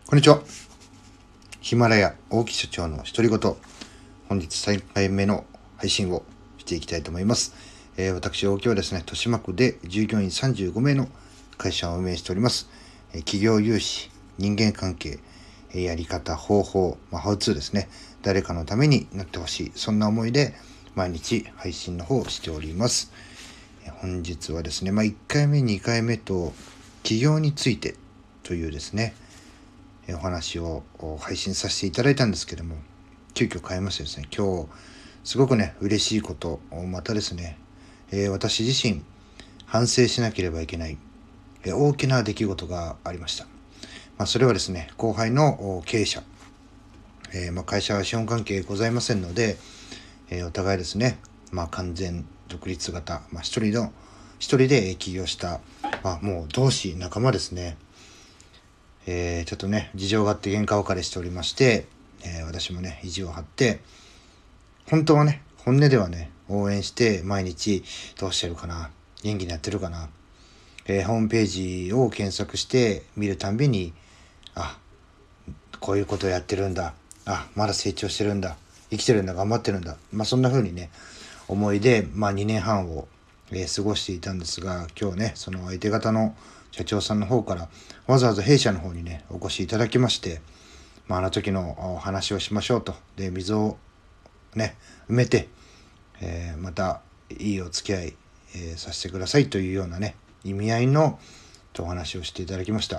こんにちは。ヒマラヤ大木社長の独り言。本日3回目の配信をしていきたいと思います。私、大木はですね、豊島区で従業員35名の会社を運営しております。企業融資、人間関係、やり方、方法、ハウツーですね。誰かのためになってほしい。そんな思いで毎日配信の方をしております。本日はですね、1回目、2回目と企業についてというですね、お話を配信させていただいたんですけども、急遽変えましてですね、今日すごくね嬉しいことまたですね、私自身反省しなければいけない、大きな出来事がありました。それはですね、後輩の経営者、会社は資本関係ございませんので、お互いですね、完全独立型、一人で起業した、もう同志仲間ですね。ちょっとね事情があって喧嘩別れしておりまして、私もね意地を張って、本当はね本音ではね応援して毎日どうしてるかな、元気にやってるかな、ホームページを検索して見るたんびに、こういうことをやってるんだ、まだ成長してるんだ、生きてるんだ、頑張ってるんだ、そんな風にね思いで、2年半を、過ごしていたんですが、今日ねその相手方の社長さんの方からわざわざ弊社の方にねお越しいただきまして、あの時の話をしましょうと。で、溝をね埋めて、またいいお付き合い、させてくださいというようなね意味合いのお話をしていただきました。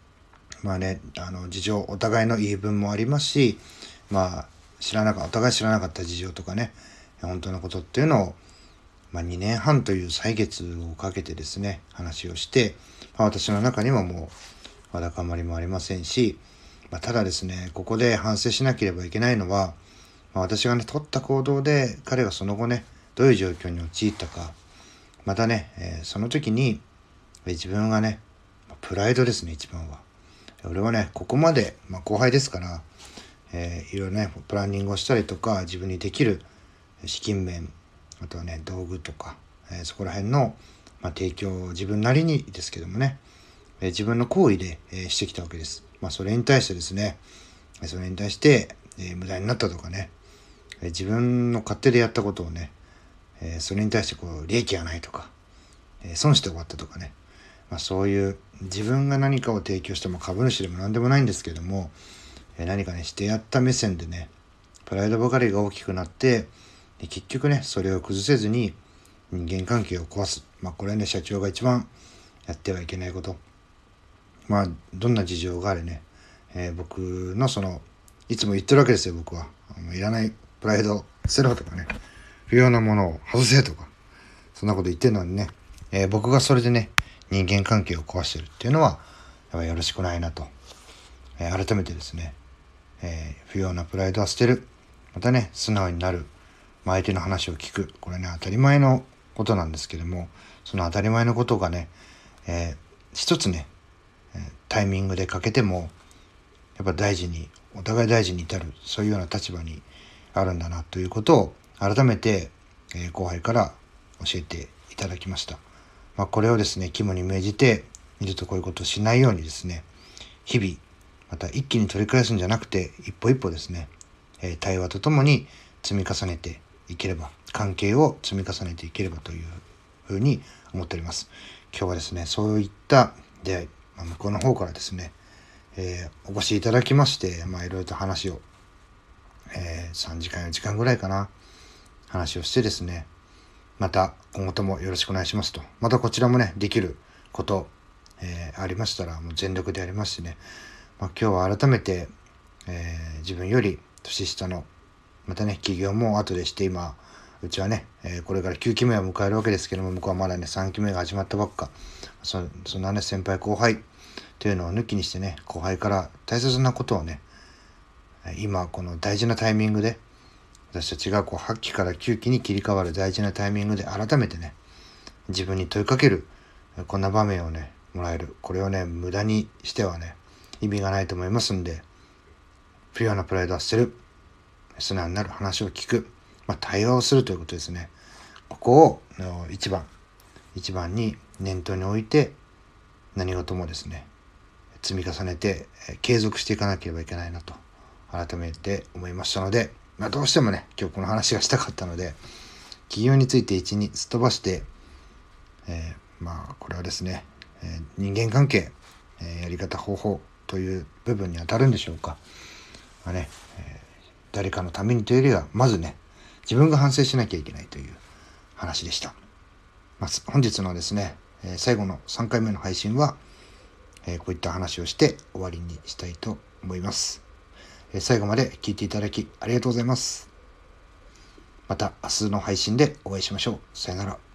事情、お互いの言い分もありますし、お互い知らなかった事情とかね、本当のことっていうのを、2年半という歳月をかけてですね話をして、私の中にももうわだかまりもありませんし、ただですね、ここで反省しなければいけないのは、私がね取った行動で彼がその後ねどういう状況に陥ったか、またね、その時に自分がね、プライドですね。一番は俺はねここまで、後輩ですから、いろいろねプランニングをしたりとか、自分にできる資金面、あとはね道具とか、そこら辺の、提供を自分なりにですけどもね、自分の行為で、してきたわけです。それに対してですね、それに対して、無駄になったとかね、自分の勝手でやったことをね、それに対して利益がないとか、損して終わったとかね、そういう自分が何かを提供しても、株主でも何でもないんですけども、何かねしてやった目線でねプライドばかりが大きくなって、結局ねそれを崩せずに人間関係を壊す。これはね社長が一番やってはいけないこと。どんな事情があれね、僕のいつも言ってるわけですよ。僕はいらないプライド捨てろとかね、不要なものを外せとか、そんなこと言ってるのにね、僕がそれでね人間関係を壊してるっていうのはやっぱりよろしくないなと、改めてですね、不要なプライドは捨てる。またね素直になる。相手の話を聞く。これね当たり前のことなんですけども、その当たり前のことがね、一つね、タイミングで欠けてもやっぱお互い大事に至る、そういうような立場にあるんだなということを改めて、後輩から教えていただきました。これをですね肝に銘じて、二度とこういうことをしないようにですね、日々また一気に取り返すんじゃなくて、一歩一歩ですね、対話とともに積み重ねていければ、関係を積み重ねていければというふうに思っております。今日はですねそういった出会い、向こうの方からですね、お越しいただきまして、いろいろと話を、3時間4時間ぐらいかな話をしてですね、また今後ともよろしくお願いしますと。またこちらもねできること、ありましたらもう全力でやりますしね、今日は改めて、自分より年下のまたね起業も後でして、今うちはね、これから9期目を迎えるわけですけども、向こうはまだね3期目が始まったばっか。そんなね先輩後輩というのを抜きにしてね、後輩から大切なことをね、今この大事なタイミングで、私たちが8期から9期に切り替わる大事なタイミングで改めてね自分に問いかける、こんな場面をねもらえる。これをね無駄にしてはね意味がないと思いますんで、不要なプライドは捨てる、素直になる、話を聞く、対話をするということですね。ここを一番に念頭に置いて、何事もですね積み重ねて、継続していかなければいけないなと改めて思いましたので、どうしてもね今日この話がしたかったので、起業について1にすっ飛ばして、これはですね、人間関係、やり方方法という部分に当たるんでしょうか。誰かのためにというよりはまずね自分が反省しなきゃいけないという話でした。本日のですね、最後の3回目の配信は、こういった話をして終わりにしたいと思います。最後まで聞いていただきありがとうございます。また明日の配信でお会いしましょう。さよなら。